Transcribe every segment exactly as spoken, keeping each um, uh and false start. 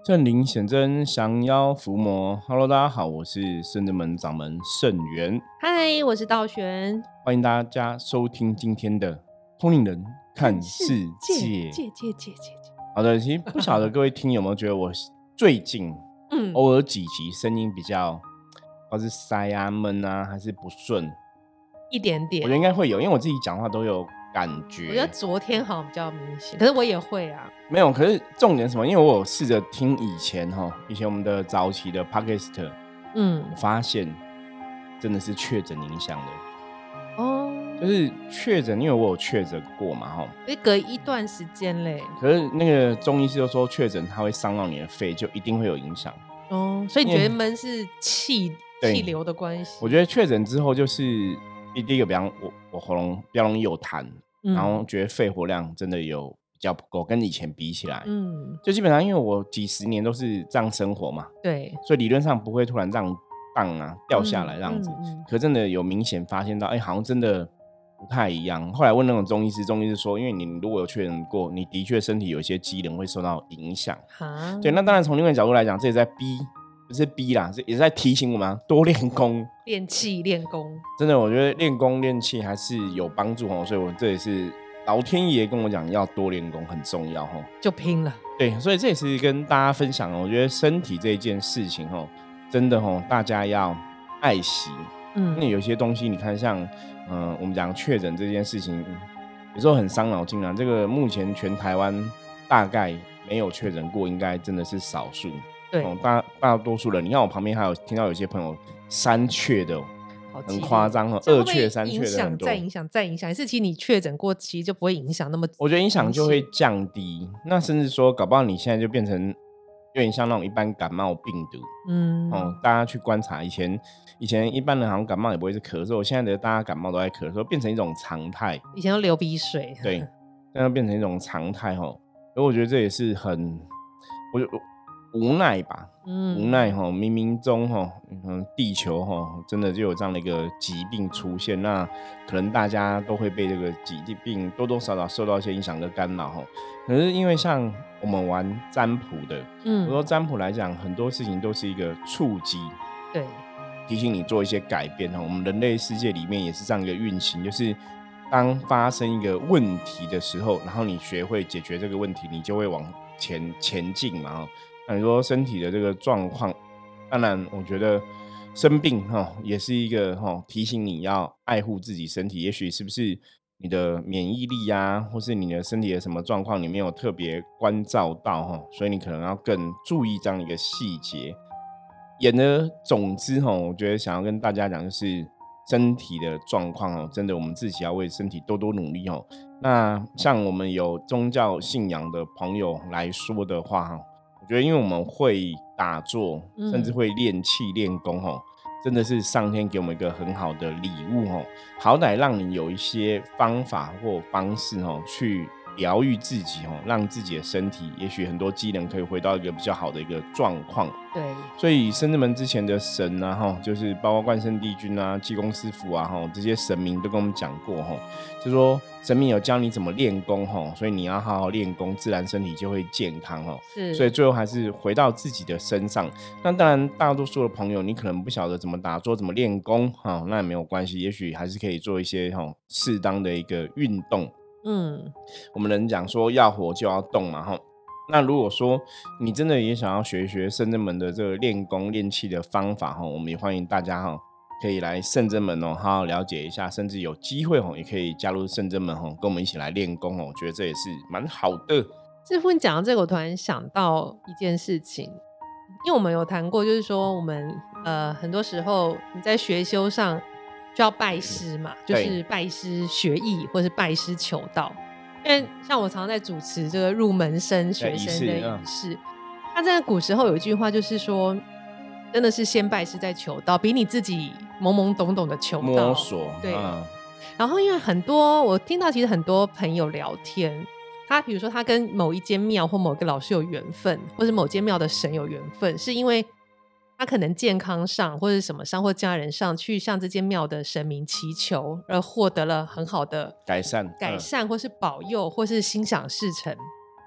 正灵显真，降妖伏魔。Hello， 大家好，我是圣真门掌门圣元。 嗨，我是道玄， 欢迎大家收听今天的通灵人看世界。 界界界界界。 好的，其实不晓得各位听有没有觉得我最近嗯， 偶尔几集声音比较，不知道是塞啊闷啊还是不顺， 一点点。 我觉得应该会有，因为我自己讲话都有感觉。 我觉得昨天好像比较明显，可是我也会啊。 没有，可是重点是什么？因为我有试着听以前哈，以前我们的早期的 podcast， 嗯， 我发现真的是确诊影响的。 哦， 就是确诊，因为我有确诊过嘛哈， 所以隔一段时间嘞。 可是那个中医师就说确诊它会伤到你的肺，就一定会有影响。 哦，所以你觉得闷是气对气流的关系？ 我觉得确诊之后就是第一个，比方我我喉咙比较容易有痰， 嗯然后觉得肺活量真的有比较不够，跟以前比起来， 嗯， 就基本上因为我几十年都是这样生活嘛， 对， 所以理论上不会突然这样荡啊掉下来这样子。 嗯嗯嗯可真的有明显发现到，哎、好像真的不太一样。后来问那种中医师，中医师说，因为你如果有确诊过，你的确身体有一些机能会受到影响。 哈， 对，那当然从另外一个角度来讲，这也在逼，不是逼啦，是也是在提醒我们、啊、多练功。 练气练功， 真的，我觉得练功练气还是有帮助哦。所以我这也是老天爷跟我讲，要多练功很重要哦。 就拼了。 对，所以这也是跟大家分享哦。我觉得身体这一件事情哦，真的哦，大家要爱惜。 嗯， 因为有些东西，你看像，嗯、呃，我们讲确诊这件事情，有时候很伤脑筋啊。这个目前全台湾大概没有确诊过，应该真的是少数。 对， 哦、大大多数人，你看我旁边还有听到有些朋友三确的、哦，很夸张哦，二确、三确的很多。 再影响，再影响，是其实你确诊过，其实就不会影响那么。 我觉得影响就会降低，那甚至说，搞不好你现在就变成有点像那种一般感冒病毒。 嗯， 哦，大家去观察，以前以前一般人好像感冒也不会是咳嗽，现在的大家感冒都在咳嗽，变成一种常态。 以前都流鼻水， 对，现在变成一种常态哈。所以我觉得这也是很，我就无奈吧， 嗯， 无奈哈，冥冥中哈，嗯，地球哈，真的就有这样的一个疾病出现，那可能大家都会被这个疾病多多少少受到一些影响跟干扰哈。可是因为像我们玩占卜的，嗯，我说占卜来讲，很多事情都是一个触机， 对， 提醒你做一些改变哈。我们人类世界里面也是这样一个运行，就是当发生一个问题的时候，然后你学会解决这个问题，你就会往前前进嘛。那你说身体的这个状况，当然我觉得生病哈也是一个哈提醒你要爱护自己身体，也许是不是你的免疫力啊，或是你的身体的什么状况你没有特别关照到哈，所以你可能要更注意这样的一个细节。言而总之哈，我觉得想要跟大家讲就是身体的状况哦，真的我们自己要为身体多多努力哦。那像我们有宗教信仰的朋友来说的话，我觉得因为我们会打坐，甚至会练气练功哦，真的是上天给我们一个很好的礼物哦。好歹让你有一些方法或方式哦，去疗愈自己哦，让自己的身体也许很多机能可以回到一个比较好的一个状况。 对， 所以圣真门之前的神啊，就是包括关圣帝君啊、济公师傅啊，这些神明都跟我们讲过，就说神明有教你怎么练功，所以你要好好练功，自然身体就会健康。 是， 所以最后还是回到自己的身上。那当然大多数的朋友你可能不晓得怎么打坐怎么练功，那也没有关系，也许还是可以做一些适当的一个运动。嗯，我们人讲说要活就要动嘛，那如果说你真的也想要学一学圣真门的这个练功练气的方法，我们也欢迎大家可以来圣真门好好了解一下，甚至有机会也可以加入圣真门跟我们一起来练功，我觉得这也是蛮好的。 师父你讲到这个，我突然想到一件事情，因为我们有谈过，就是说我们呃很多时候你在学修上就要拜师嘛，就是拜师学艺或是拜师求道。因为像我常常在主持这个入门生学生的仪式，他在古时候有一句话就是说，真的是先拜师再求道，比你自己懵懵懂懂的求道摸索。 对、 嗯， 然后因为很多我听到其实很多朋友聊天，他比如说他跟某一间庙或某个老师有缘分，或是某间庙的神有缘分，是因为他可能健康上或者什么上或家人上去向这间庙的神明祈求，而获得了很好的改善改善或是保佑或是心想事成。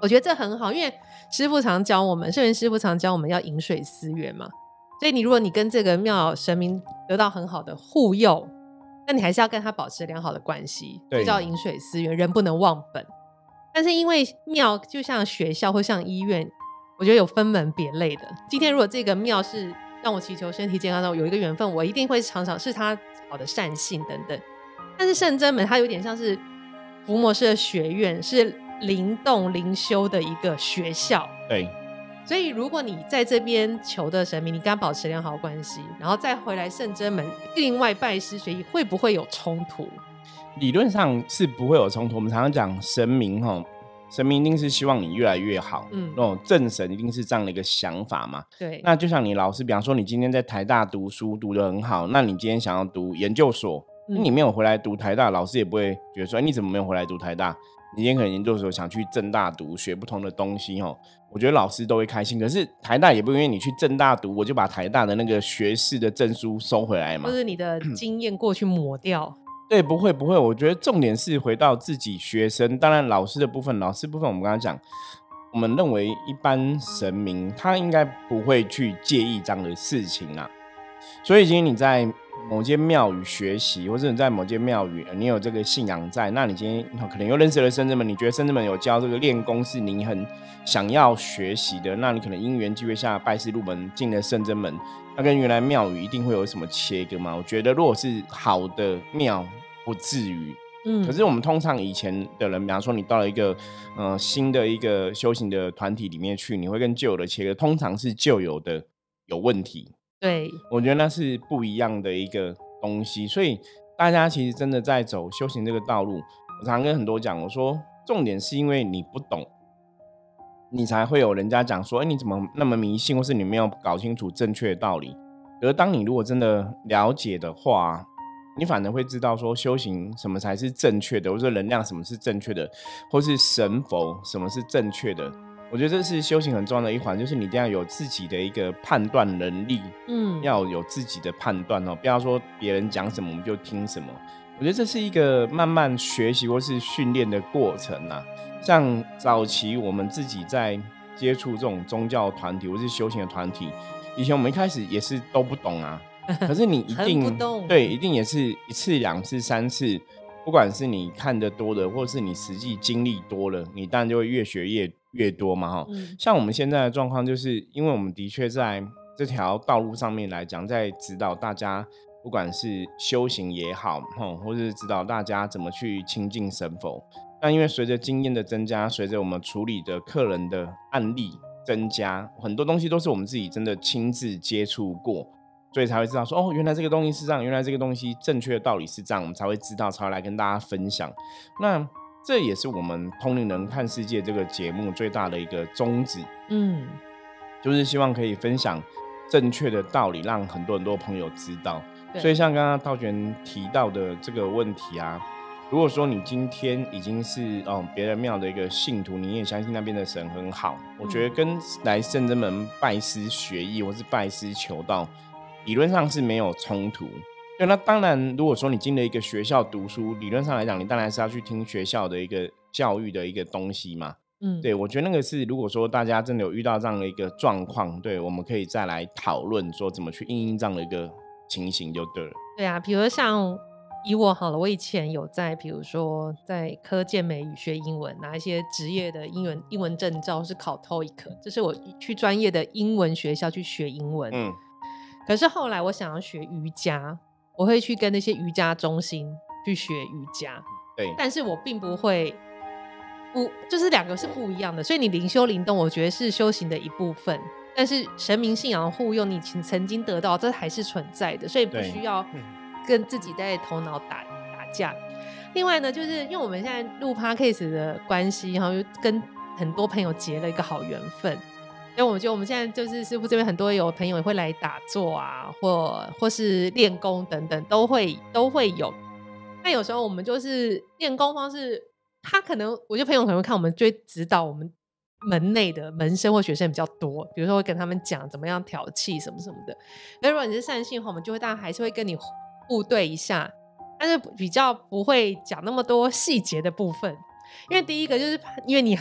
我觉得这很好，因为师父常教我们，圣元师父常教我们要饮水思源嘛，所以你如果你跟这个庙神明得到很好的护佑，那你还是要跟他保持良好的关系，就叫饮水思源，人不能忘本。但是因为庙就像学校或像医院，我觉得有分门别类的。今天如果这个庙是让我祈求身体健康的，有一个缘分，我一定会常常是他好的善性等等。但是圣真门它有点像是伏魔师的学院，是灵动灵修的一个学校。 对， 所以如果你在这边求的神明，你跟他保持良好关系，然后再回来圣真门另外拜师学艺，会不会有冲突？ 理论上是不会有冲突。我们常常讲神明齁，神明一定是希望你越来越好，嗯，那种正神一定是这样的一个想法嘛。 对， 那就像你老师，比方说你今天在台大读书读得很好，那你今天想要读研究所，嗯，你没有回来读台大，老师也不会觉得说，哎，你怎么没有回来读台大？你今天可能研究所想去政大读，学不同的东西齁，我觉得老师都会开心。可是台大也不因为你去政大读，我就把台大的那个学士的证书收回来嘛， 或是你的经验过去抹掉。 对，不会不会，我觉得重点是回到自己学生。当然老师的部分，老师部分我们刚刚讲，我们认为一般神明他应该不会去介意这样的事情啦。所以今天你在某间庙宇学习，或者你在某间庙宇你有这个信仰在，那你今天可能又认识了圣真门，你觉得圣真门有教这个练功是你很想要学习的，那你可能因缘机会下拜师入门进了圣真门，那跟原来庙宇一定会有什么切割吗？我觉得如果是好的庙不至于，嗯，可是我们通常以前的人，比方说你到了一个呃新的一个修行的团体里面去，你会跟旧有的切割，通常是旧有的有问题。 对， 我觉得那是不一样的一个东西。所以大家其实真的在走修行这个道路，我常跟很多讲，我说重点是因为你不懂，你才会有人家讲说，哎，你怎么那么迷信，或是你没有搞清楚正确的道理。而当你如果真的了解的话，你反而会知道说修行什么才是正确的，或者能量什么是正确的，或是神佛什么是正确的。我觉得这是修行很重要的一环，就是你一定要有自己的一个判断能力，嗯，要有自己的判断哦，不要说别人讲什么我们就听什么。我觉得这是一个慢慢学习或是训练的过程啊。像早期我们自己在接触这种宗教团体或是修行的团体，以前我们一开始也是都不懂啊，可是你一定很不懂， 对，一定也是一次两次三次，不管是你看得多的，或是你实际经历多了，你当然就会越学越越多嘛、嗯、像我们现在的状况，就是因为我们的确在这条道路上面来讲，在指导大家，不管是修行也好，或是指导大家怎么去亲近神佛。但因为随着经验的增加，随着我们处理的客人的案例增加，很多东西都是我们自己真的亲自接触过，所以才会知道说，哦，原来这个东西是这样，原来这个东西正确的道理是这样，我们才会知道，才会来跟大家分享。那这也是我们通灵人看世界这个节目最大的一个宗旨，嗯，就是希望可以分享正确的道理，让很多很多朋友知道。所以像刚刚道玄提到的这个问题啊，如果说你今天已经是哦别人庙的一个信徒，你也相信那边的神很好，我觉得跟来圣真门拜师学艺或是拜师求道，理论上是没有冲突。对，那当然，如果说你进了一个学校读书，理论上来讲，你当然是要去听学校的一个教育的一个东西嘛。嗯，对，我觉得那个是，如果说大家真的有遇到这样的一个状况，对，我们可以再来讨论说怎么去因应这样的一个情形就对了。 对啊，比如像以我好了，我以前有在，比如说在科健美语学英文，拿一些职业的英文英文证照，是考 T O E I C， 这是我去专业的英文学校去学英文。嗯，可是后来我想要学瑜伽。我会去跟那些瑜伽中心去学瑜伽， 对， 但是我并不会，不就是两个是不一样的。所以你灵修灵动，我觉得是修行的一部分，但是神明信仰护佑你曾经得到，这还是存在的，所以不需要跟自己在头脑打打架。另外呢，就是因为我们现在录 Podcast 的关系，然后就跟很多朋友结了一个好缘分。因为我觉得我们现在就是师父这边很多有朋友也会来打坐啊，或或是练功等等，都会都会有。那有时候我们就是练功方式，他可能我觉得朋友可能会看我们，就会指导我们门内的门生或学生比较多，比如说会跟他们讲怎么样调气什么什么的。那如果你是善信的话，我们就会当然还是会跟你互对一下，但是比较不会讲那么多细节的部分。因为第一个就是因为你还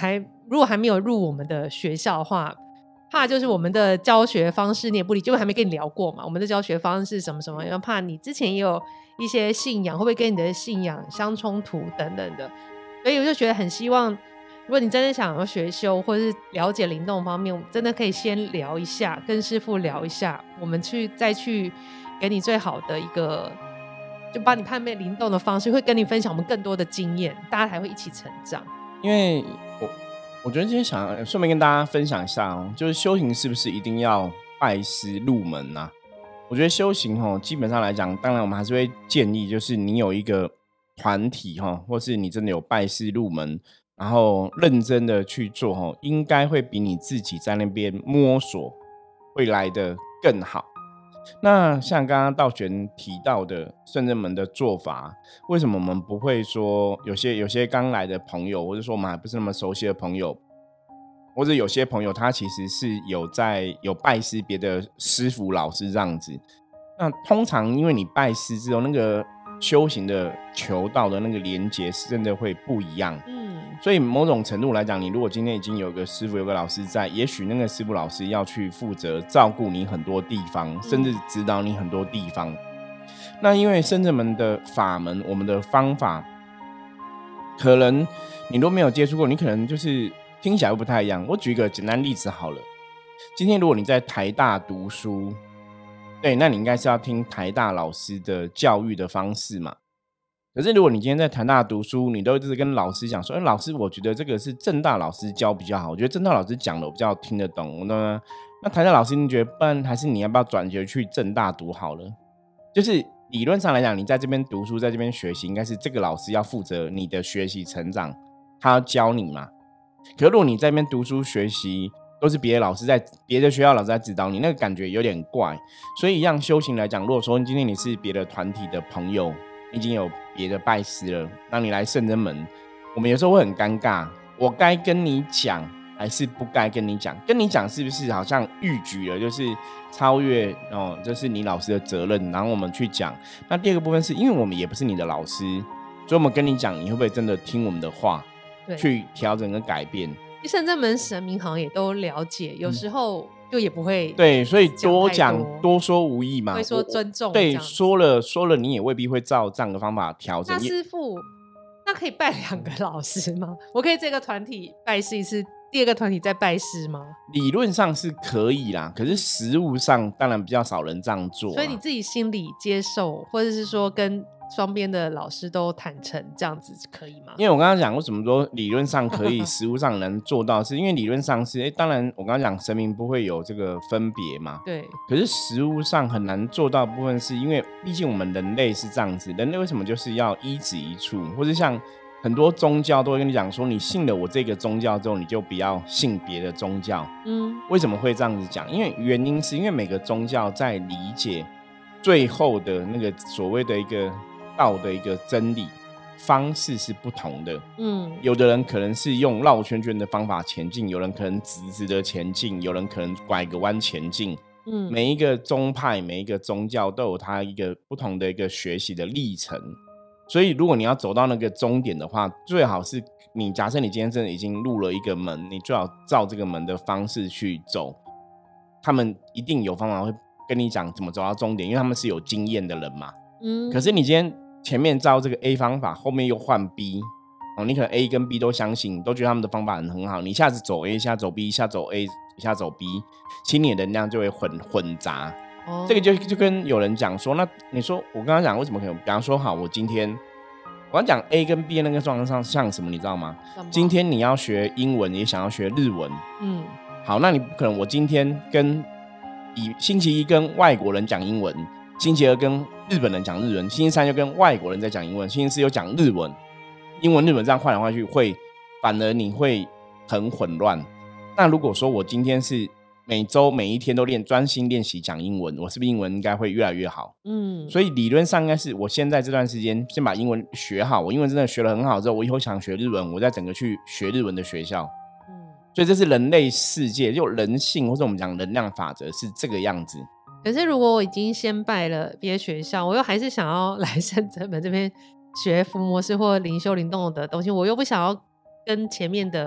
如果还没有入我们的学校的话，怕就是我们的教学方式你也不理解，因为还没跟你聊过嘛，我们的教学方式是什么什么，要怕你之前也有一些信仰会不会跟你的信仰相冲突等等的，所以我就觉得很希望如果你真的想要学修或是了解灵动方面，我们真的可以先聊一下，跟师父聊一下，我们去再去给你最好的一个就帮你判别灵动的方式，会跟你分享我们更多的经验，大家才会一起成长。 因为我我觉得今天想顺便跟大家分享一下哦，就是修行是不是一定要拜师入门啊？我觉得修行哦，基本上来讲，当然我们还是会建议，就是你有一个团体哈，或是你真的有拜师入门，然后认真的去做哈，应该会比你自己在那边摸索会来得更好。那像刚刚道玄提到的圣真门的做法，为什么我们不会说有些有些刚来的朋友，或者说我们还不是那么熟悉的朋友，或者有些朋友他其实是有在有拜师别的师傅老师这样子，那通常因为你拜师之后，那个修行的求道的那个连结是真的会不一样。嗯，所以某种程度来讲，你如果今天已经有个师傅有个老师在，也许那个师傅老师要去负责照顾你很多地方，甚至指导你很多地方。那因为圣真门的法门，我们的方法可能你都没有接触过，你可能就是听起来会不太一样。我举一个简单例子好了，今天如果你在台大读书，对，那你应该是要听台大老师的教育的方式嘛。可是如果你今天在台大读书，你都一直跟老师讲说，哎，老师我觉得这个是政大老师教比较好，我觉得政大老师讲的我比较听得懂。那那台大老师你觉得不然还是你要不要转学去政大读好了？就是理论上来讲，你在这边读书在这边学习，应该是这个老师要负责你的学习成长，他要教你嘛。可是如果你在这边读书学习都是别的老师在别的学校老师在指导你，那个感觉有点怪。所以让修行来讲，如果说今天你是别的团体的朋友，已经有别的拜师了，那你来圣真门，我们有时候会很尴尬，我该跟你讲还是不该跟你讲？跟你讲是不是好像逾矩了，就是超越哦，这是你老师的责任，然后我们去讲。那第二个部分是因为我们也不是你的老师，所以我们跟你讲，你会不会真的听我们的话去调整跟改变？圣真门神明好像也都了解，有时候就也不会、嗯、 对，所以多讲多说无益嘛， 会说尊重， 对，说了说了你也未必会照这样的方法调整。 那师父，那可以拜两个老师吗？我可以这个团体拜师一次，第二个团体再拜师吗？ 理论上是可以啦，可是实务上当然比较少人这样做。 所以你自己心里接受，或者是说跟双边的老师都坦诚，这样子可以吗？ 因为我刚刚讲为什么说理论上可以实务上能做到，是因为理论上是、欸、当然我刚刚讲神明不会有这个分别嘛， 对， 可是实务上很难做到的部分是因为毕竟我们人类是这样子，人类为什么就是要一指一处，或是像很多宗教都会跟你讲说，你信了我这个宗教之后，你就不要信别的宗教。嗯，为什么会这样子讲？因为原因是因为每个宗教在理解最后的那个所谓的一个道的一个真理方式是不同的。嗯，有的人可能是用绕圈圈的方法前进，有人可能直直的前进，有人可能拐个弯前进。嗯，每一个宗派每一个宗教都有它一个不同的一个学习的历程，所以如果你要走到那个终点的话，最好是你假设你今天真的已经入了一个门，你最好照这个门的方式去走，他们一定有方法会跟你讲怎么走到终点，因为他们是有经验的人嘛。嗯，可是你今天前面照这个 A 方法，后面又换 B、哦、你可能 A 跟 B 都相信，都觉得他们的方法很好，你一下子走 A 一下走 B 一下走 A 一下走 B， 其实你的能量就会混混杂。哦，这个就就跟有人讲说，那你说我刚刚讲为什么可能，比方说好，我今天我要讲 A 跟 B 的那个状况上像什么你知道吗？今天你要学英文也想要学日文，嗯，好，那你不可能我今天跟以星期一跟外国人讲英文，星期二跟日本人讲日文，星期三又跟外国人在讲英文，星期四又讲日文，英文日文这样换来换去，会反而你会很混乱。那如果说我今天是每周每一天都练专心练习讲英文，我是不是英文应该会越来越好？嗯，所以理论上应该是我现在这段时间先把英文学好，我英文真的学得很好之后，我以后想学日文，我再整个去学日文的学校。嗯，所以这是人类世界就人性或者我们讲能量法则是这个样子。 可是如果我已经先拜了别的学校，我又还是想要来圣真门这边学伏魔师或灵修灵动的东西，我又不想要跟前面的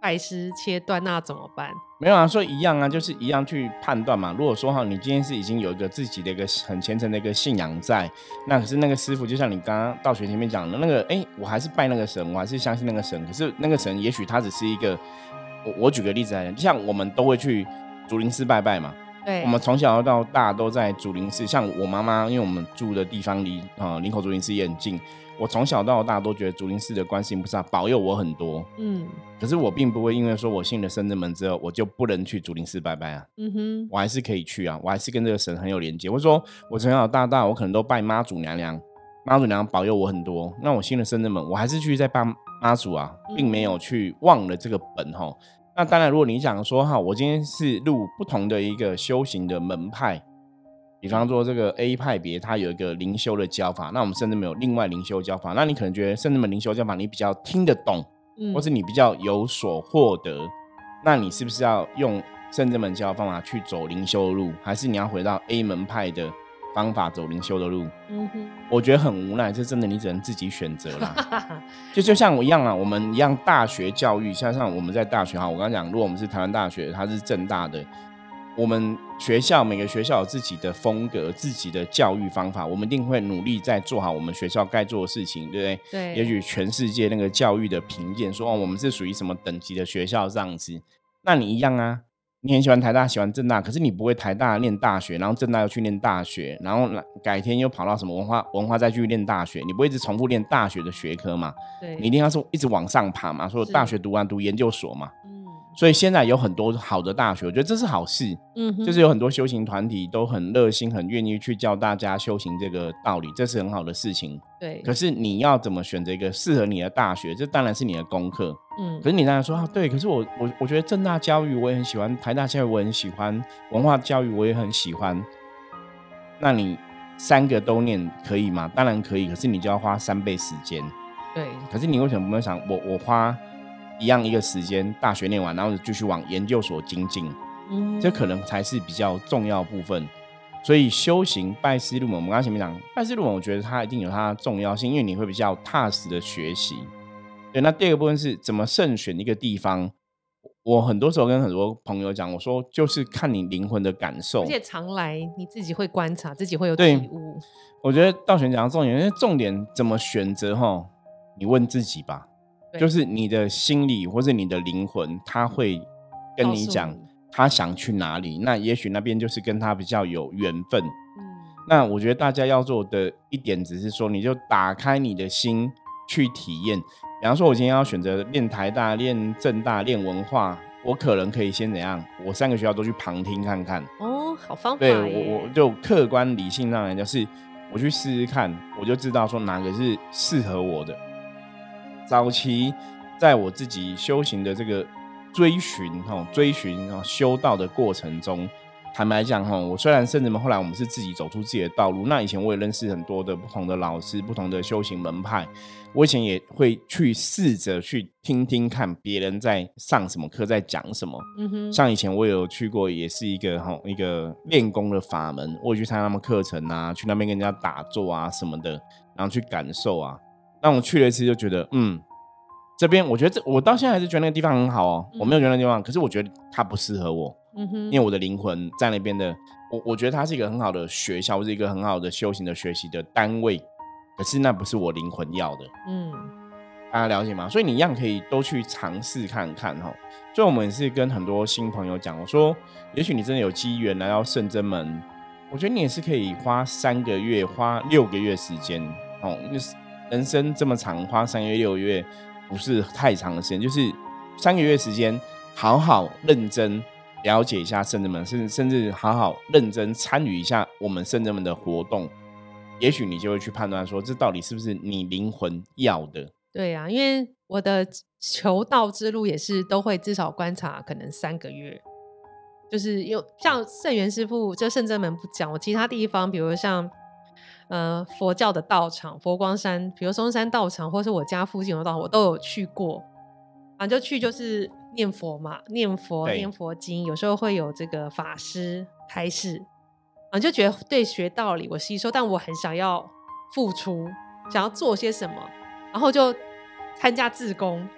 拜师切断，那怎么办？ 没有啊，所以一样啊，就是一样去判断嘛。如果说哈，你今天是已经有一个自己的一个很虔诚的一个信仰在，那可是那个师傅就像你刚刚道学前面讲的那个，哎、欸，我还是拜那个神，我还是相信那个神。可是那个神也许他只是一个，我我举个例子来讲，就像我们都会去祖灵寺拜拜嘛。 对， 我们从小到大都在祖灵寺，像我妈妈，因为我们住的地方离啊林口祖灵寺也很近，我从小到大都觉得祖灵寺的观世音菩萨保佑我很多。嗯，可是我并不会因为说我信了圣真门之后，我就不能去祖灵寺拜拜啊。嗯哼，我还是可以去啊，我还是跟这个神很有连接。或者说我从小到大，我可能都拜妈祖娘娘，妈祖娘娘保佑我很多，那我信了圣真门，我还是去在拜妈祖啊，并没有去忘了这个本齁。那当然，如果你讲说哈，我今天是入不同的一个修行的门派，比方说这个 A 派别，它有一个灵修的教法，那我们甚至没有另外灵修教法。那你可能觉得圣真门灵修教法你比较听得懂，嗯、或是你比较有所获得，那你是不是要用圣真门教方法去走灵修的路，还是你要回到 A 门派的方法走灵修的路？嗯哼，我觉得很无奈，这真的你只能自己选择啦。就就像我一样啊，我们一样大学教育，像像我们在大学哈，我刚刚讲，如果我们是台湾大学，它是政大的，我们学校每个学校有自己的风格、自己的教育方法，我们一定会努力在做好我们学校该做的事情，对不对？ 对。 也许全世界那个教育的评鉴说，哦，我们是属于什么等级的学校这样子，那你一样啊。你很喜欢台大，喜欢政大，可是你不会台大念大学，然后政大又去念大学，然后改天又跑到什么文化文化再去念大学，你不会一直重复念大学的学科嘛？ 对， 你一定要是一直往上爬嘛，说大学读完读研究所嘛。嗯，所以现在有很多好的大学，我觉得这是好事。嗯哼，就是有很多修行团体都很热心，很愿意去教大家修行这个道理，这是很好的事情。 对， 可是你要怎么选择一个适合你的大学，这当然是你的功课。嗯，可是你当然说啊，对，可是我我我觉得政大教育我也很喜欢，台大教育我也很喜欢，文化教育我也很喜欢。那你三个都念可以吗？当然可以，可是你就要花三倍时间。 对， 可是你为什么不能想我我花一样一个时间，大学念完，然后继续往研究所精进？嗯，这可能才是比较重要的部分。所以修行拜师入门，我们刚刚前面讲拜师入门，我觉得它一定有它的重要性，因为你会比较踏实的学习。对，那第二个部分是怎么慎选一个地方。我很多时候跟很多朋友讲，我说就是看你灵魂的感受， 而且常来你自己会观察，自己会有体悟。 我觉得道玄讲的重点，因为重点怎么选择齁，你问自己吧，就是你的心理或者你的灵魂，他会跟你讲他想去哪里，那也许那边就是跟他比较有缘分。嗯，那我觉得大家要做的一点只是说，你就打开你的心去体验。比方说我今天要选择练台大、练政大、练文化，我可能可以先怎样，我三个学校都去旁听看看。 哦，好方法耶。 对，我我就客观理性上来，就是我去试试看，我就知道说哪个是适合我的。早期在我自己修行的这个追寻追寻修道的过程中，坦白讲，我虽然甚至后来我们是自己走出自己的道路，那以前我也认识很多的不同的老师、不同的修行门派，我以前也会去试着去听听看别人在上什么课，在讲什么。嗯哼，像以前我有去过，也是一个一个练功的法门，我有去参加他们课程啊，去那边跟人家打坐啊什么的，然后去感受啊。那我去了一次就觉得，嗯，这边我觉得这我到现在还是觉得那个地方很好哦，嗯、我没有觉得那个地方，可是我觉得它不适合我。嗯哼，因为我的灵魂在那边的，我我觉得它是一个很好的学校，或是一个很好的修行的学习的单位，可是那不是我灵魂要的。嗯，大家了解吗？所以你一样可以都去尝试看看哈。所以我们也是跟很多新朋友讲，我说，也许你真的有机缘来到圣真门，我觉得你也是可以花三个月、花六个月时间哦。人生这么长，花三个月、六个月不是太长的时间，就是三个月时间，好好认真了解一下圣真门，甚至甚至好好认真参与一下我们圣真门的活动，也许你就会去判断说，这到底是不是你灵魂要的。 对啊，因为我的求道之路也是都会至少观察可能三个月，就是有像圣元师父就圣真门不讲，我其他地方比如像呃佛教的道场，佛光山比如松山道场，或是我家附近的道场我都有去过。反正就去就是念佛嘛，念佛念佛经，有时候会有这个法师开示，啊，就觉得对学道理我吸收，但我很想要付出，想要做些什么，然后就参加志工，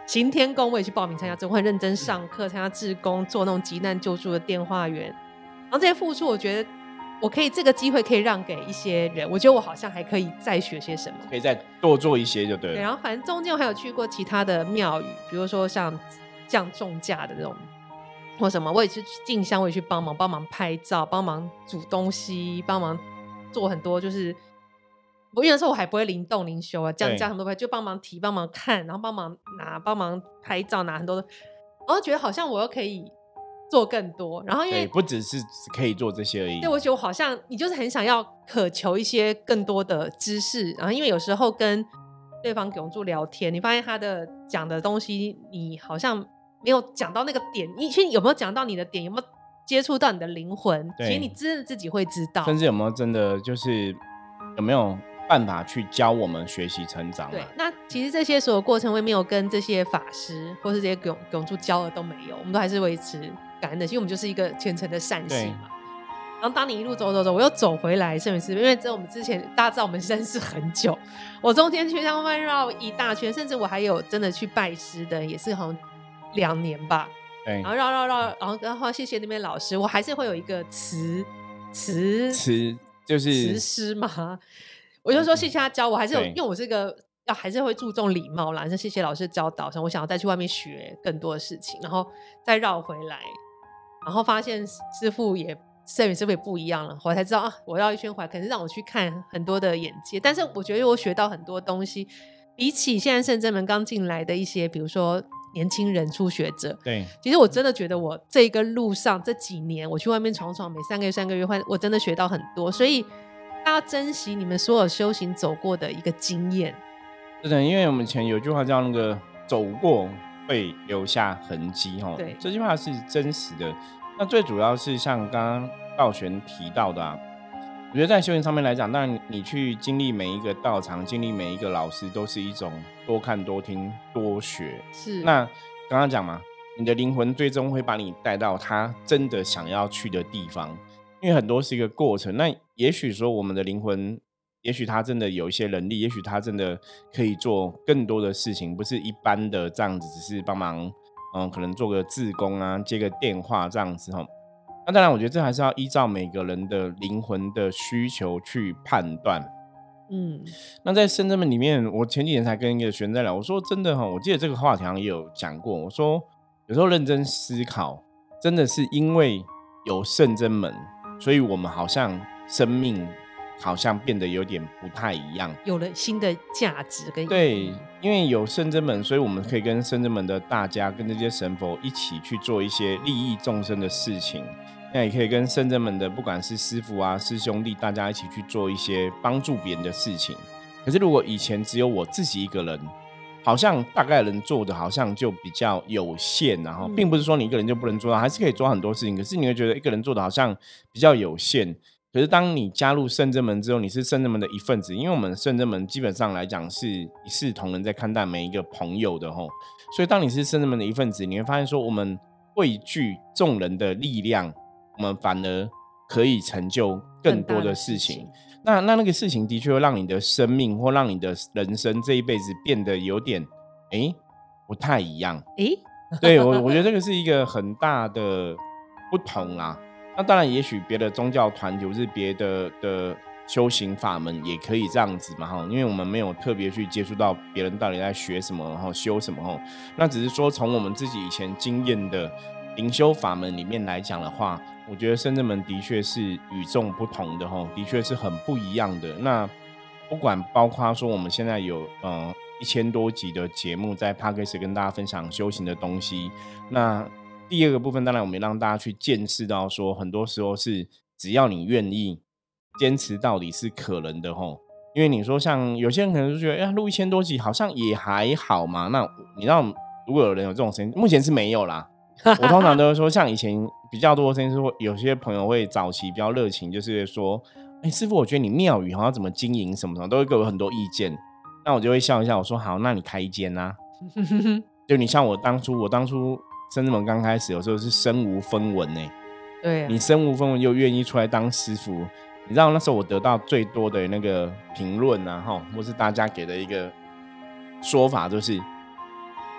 行天宫我也去报名参加，我很认真上课，参加志工，做那种急难救助的电话员。然后这些付出，我觉得我可以这个机会可以让给一些人，我觉得我好像还可以再学些什么， 可以再多做一些就对了。 对，然后反正中间我还有去过其他的庙宇，比如说像降重价的这种或什么，我也是去进香，我也去帮忙帮忙拍照，帮忙煮东西，帮忙做很多，就是我因为那时候我还不会灵动灵修啊，这样这样很多拍，就帮忙提帮忙看，然后帮忙拿帮忙拍照拿很多的，然后觉得好像我又可以做更多，然后因为对，不只是可以做这些而已。 对，我觉得我好像你就是很想要渴求一些更多的知识，然后因为有时候跟对方永住聊天，你发现他的讲的东西你好像没有讲到那个点，你其实有没有讲到你的点，有没有接触到你的灵魂，其实你真的自己会知道， 甚至有没有真的就是有没有办法去教我们学习成长、啊、 对，那其实这些所有过程我也没有跟这些法师或是这些永永住教的都没有，我们都还是维持感恩的心，因为我们就是一个虔诚的善心嘛。然后当你一路走走走，我又走回来圣元寺，因为这我们之前大家知道我们认识很久，我中间去香湾绕一大圈，甚至我还有真的去拜师的，也是好像两年吧。 对， 然后绕绕绕，然后然后谢谢那边老师，我还是会有一个词词词就是词师嘛，我就说谢谢他教我，还是有，因为我这个要还是会注重礼貌啦，谢谢老师教导，我想要再去外面学更多的事情，然后再绕回来，然后发现师父也圣元师父也不一样了，我才知道啊，我绕一圈回来可能是让我去看很多的眼界，但是我觉得我学到很多东西，比起现在圣真门刚进来的一些比如说年轻人初学者， 对， 其实我真的觉得我这个路上这几年我去外面闯闯，每三个月三个月换，我真的学到很多，所以大家珍惜你们所有修行走过的一个经验。 真的，因为我们以前有句话叫那个走过会留下痕迹，对，这句话是真实的。那最主要是像刚刚道玄提到的啊，我觉得在修行上面来讲，当然你去经历每一个道场，经历每一个老师，都是一种多看多听多学。 是， 那刚刚讲嘛，你的灵魂最终会把你带到他真的想要去的地方，因为很多是一个过程。那也许说我们的灵魂，也许他真的有一些能力，也许他真的可以做更多的事情，不是一般的这样子，只是帮忙嗯，可能做个志工啊，接个电话这样子齁。那当然我觉得这还是要依照每个人的灵魂的需求去判断。嗯，那在圣真门里面，我前几天才跟一个学生在聊，我说真的齁，我记得这个话题好像也有讲过，我说有时候认真思考，真的是因为有圣真门，所以我们好像生命好像变得有点不太一样， 有了新的价值跟意义。 对，因为有圣真门，所以我们可以跟圣真门的大家跟这些神佛一起去做一些利益众生的事情，那也可以跟圣真门的不管是师父啊师兄弟大家一起去做一些帮助别人的事情。可是如果以前只有我自己一个人，好像大概人做的好像就比较有限，然后并不是说你一个人就不能做到，还是可以做很多事情，可是你会觉得一个人做的好像比较有限。可是当你加入圣真门之后，你是圣真门的一份子，因为我们圣真门基本上来讲是一视同仁在看待每一个朋友的齁，所以当你是圣真门的一份子，你会发现说我们汇聚众人的力量，我们反而可以成就更多的事情。那那那个事情的确会让你的生命或让你的人生这一辈子变得有点哎不太一样。哎，对，我我觉得这个是一个很大的不同啦。那当然也许别的宗教团体或是别的的修行法门也可以这样子嘛，因为我们没有特别去接触到别人到底在学什么然后修什么，那只是说从我们自己以前经验的灵修法门里面来讲的话，我觉得圣真门的确是与众不同的，的确是很不一样的。那不管包括说我们现在有呃一千多集的节目在 Podcast 跟大家分享修行的东西，那第二个部分当然我们也让大家去见识到说很多时候是只要你愿意坚持到底是可能的齁。因为你说像有些人可能就觉得哎，录一千多集好像也还好嘛，那你知道如果有人有这种声音，目前是没有啦。我通常都会说像以前比较多的声音是有些朋友会早期比较热情，就是说哎，师父我觉得你庙宇好像怎么经营什么什么都会给我很多意见，那我就会笑一笑，我说好，那你开一间啊。就你像我当初我当初圣真门刚开始有时候是身无分文欸，对、啊，你身无分文又愿意出来当师父，你知道那时候我得到最多的那个评论啊，或是大家给的一个说法就是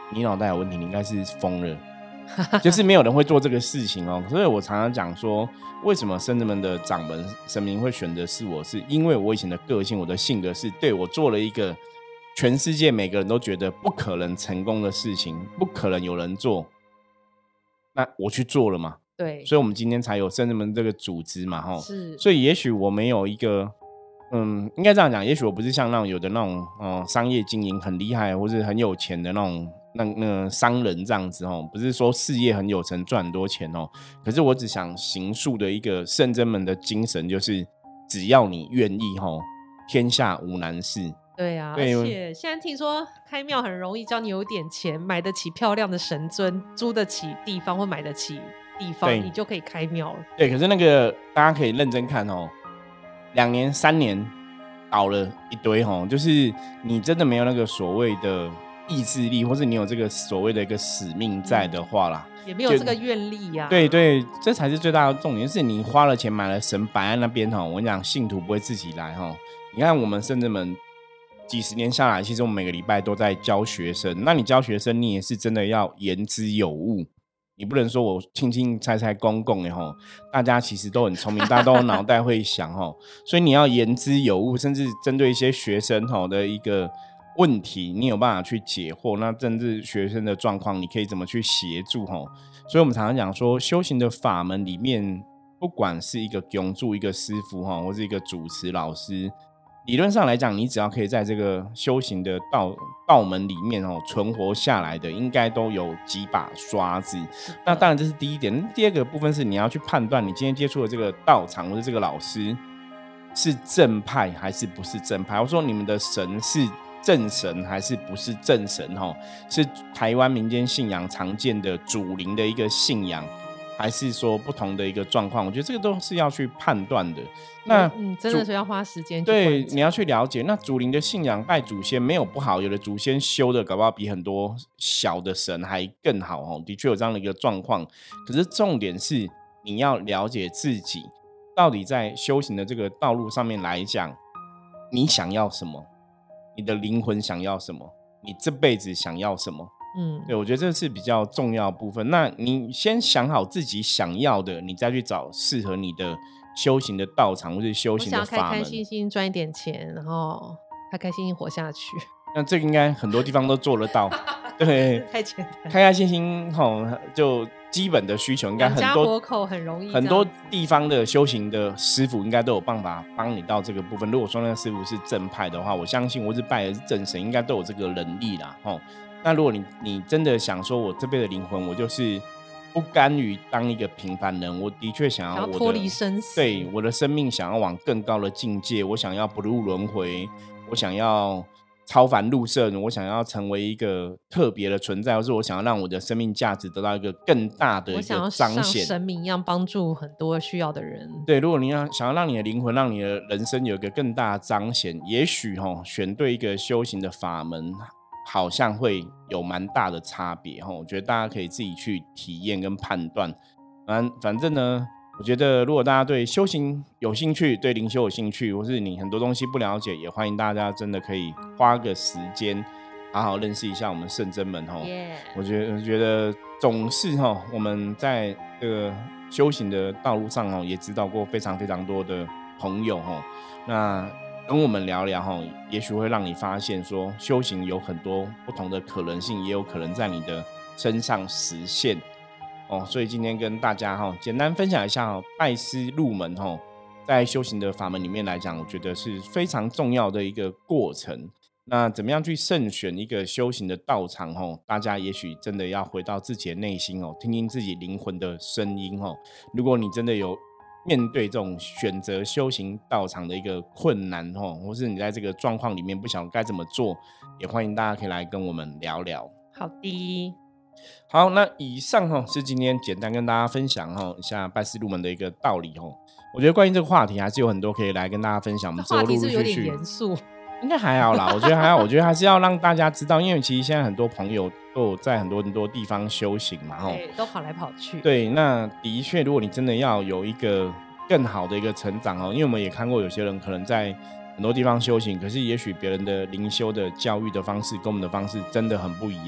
你脑袋有问题，你应该是疯了。就是没有人会做这个事情哦，所以我常常讲说，为什么圣人们的掌门神明会选择是我，是因为我以前的个性，我的性格是对我做了一个全世界每个人都觉得不可能成功的事情，不可能有人做，那我去做了嘛。 对， 所以我们今天才有圣人们这个组织嘛，吼。 是， 所以也许我没有一个，嗯，应该这样讲，也许我不是像那种有的那种，嗯，商业经营很厉害或是很有钱的那种。那那商人这样子哦，不是说事业很有成赚很多钱哦，可是我只想形塑的一个圣真门的精神，就是只要你愿意哦，天下无难事。 对啊，对，而且现在听说开庙很容易，只要你有点钱，买得起漂亮的神尊，租得起地方或买得起地方，你就可以开庙了。 对，可是那个大家可以认真看哦，两年三年倒了一堆哦，就是你真的没有那个所谓的意志力，或是你有这个所谓的一个使命在的话啦， 也没有这个愿力呀、啊。 对对，这才是最大的重点，是你花了钱买了神摆在那边哈，我跟你讲，信徒不会自己来哈。你看我们圣人们几十年下来，其实我们每个礼拜都在教学生，那你教学生，你也是真的要言之有物。你不能说我轻轻猜猜公共的吼，大家其实都很聪明，大家都脑袋会想吼，所以你要言之有物，甚至针对一些学生吼的一个问题，你有办法去解惑。那甚至学生的状况，你可以怎么去协助吼？所以我们常常讲说，修行的法门里面，不管是一个供主、一个师傅吼，或是一个主持老师。理论上来讲，你只要可以在这个修行的 道, 道门里面哦存活下来的，应该都有几把刷子。那当然这是第一点。第二个部分是你要去判断你今天接触的这个道场或者这个老师是正派还是不是正派。我说你们的神是正神还是不是正神哦？是台湾民间信仰常见的主灵的一个信仰，还是说不同的一个状况？我觉得这个都是要去判断的。那嗯，真的是要花时间去对，你要去了解。那祖灵的信仰拜祖先没有不好，有的祖先修的搞不好比很多小的神还更好哦，的确有这样的一个状况。可是重点是你要了解自己到底在修行的这个道路上面来讲，你想要什么？你的灵魂想要什么？你这辈子想要什么？嗯，对，我觉得这是比较重要的部分。那你先想好自己想要的，你再去找适合你的修行的道场或是修行的法门。 我想开开心心赚一点钱，然后开开心心活下去。 那这个应该很多地方都做得到。对， 太简单， 开开心心吼，就基本的需求应该很多， 养家活口很容易。 很多地方的修行的师傅应该都有办法帮你到这个部分。如果说那个师傅是正派的话，我相信我是拜的是正神，应该都有这个能力啦。吼，那如果你你真的想说，我这辈的灵魂，我就是不甘于当一个平凡人，我的确想要我的脱离生死， 对我的生命想要往更高的境界，我想要不入轮回，我想要超凡入圣，我想要成为一个特别的存在，或是我想要让我的生命价值得到一个更大的一个彰显，我想要像神明一样帮助很多需要的人。 对，如果你要想要让你的灵魂，让你的人生有一个更大的彰显，也许齁选对一个修行的法门，好像会有蛮大的差别齁。我觉得大家可以自己去体验跟判断。反反正呢，我觉得如果大家对修行有兴趣，对灵修有兴趣，或是你很多东西不了解，也欢迎大家真的可以花个时间好好认识一下我们圣真门齁。Yeah. 我觉得我觉得总是齁我们在这个修行的道路上齁也指导过非常非常多的朋友齁，那跟我们聊聊齁，也许会让你发现说修行有很多不同的可能性，也有可能在你的身上实现哦。所以今天跟大家齁简单分享一下齁拜师入门齁，在修行的法门里面来讲，我觉得是非常重要的一个过程。那怎么样去慎选一个修行的道场齁，大家也许真的要回到自己的内心哦，听听自己灵魂的声音哦。如果你真的有面对这种选择修行道场的一个困难齁，或是你在这个状况里面不晓得该怎么做，也欢迎大家可以来跟我们聊聊。 好的， 好，那以上齁是今天简单跟大家分享齁一下拜师入门的一个道理齁。我觉得关于这个话题还是有很多可以来跟大家分享，我们之后陆陆续续。 话题是有点严肃。 应该还好啦，我觉得还好，我觉得还是要让大家知道，因为其实现在很多朋友都有在很多很多地方修行嘛， 对，都跑来跑去。 对，那的确，如果你真的要有一个更好的一个成长哦，因为我们也看过有些人可能在很多地方修行，可是也许别人的灵修的教育的方式跟我们的方式真的很不一样。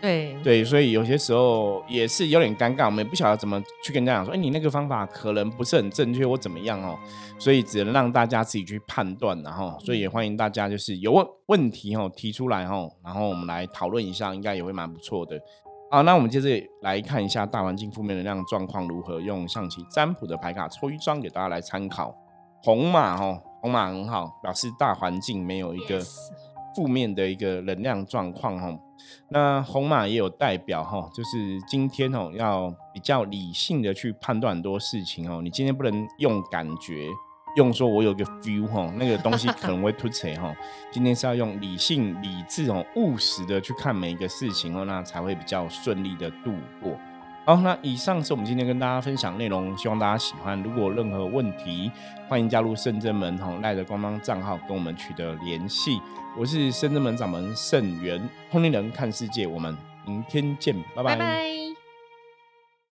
对对，所以有些时候也是有点尴尬，我们也不晓得怎么去跟人家讲说，哎，你那个方法可能不是很正确或怎么样哦，所以只能让大家自己去判断，然后，所以也欢迎大家就是有问问题哦提出来哦，然后我们来讨论一下，应该也会蛮不错的。好，那我们接着来看一下大环境负面能量状况如何，用象棋占卜的牌卡抽一张给大家来参考。红马哦，红马很好，表示大环境没有一个负面的一个能量状况哦。那红马也有代表哈，就是今天哦要比较理性的去判断很多事情哦。你今天不能用感觉，用说我有个 feel 哈，那个东西可能会突扯哈。今天是要用理性、理智哦、务实的去看每一个事情哦，那才会比较顺利的度过。好，那以上是我们今天跟大家分享内容，希望大家喜欢。如果有任何问题，欢迎加入圣真门吼赖的官方账号跟我们取得联系。我是圣真门掌门圣元，通灵人看世界，我们明天见，拜拜。 拜拜。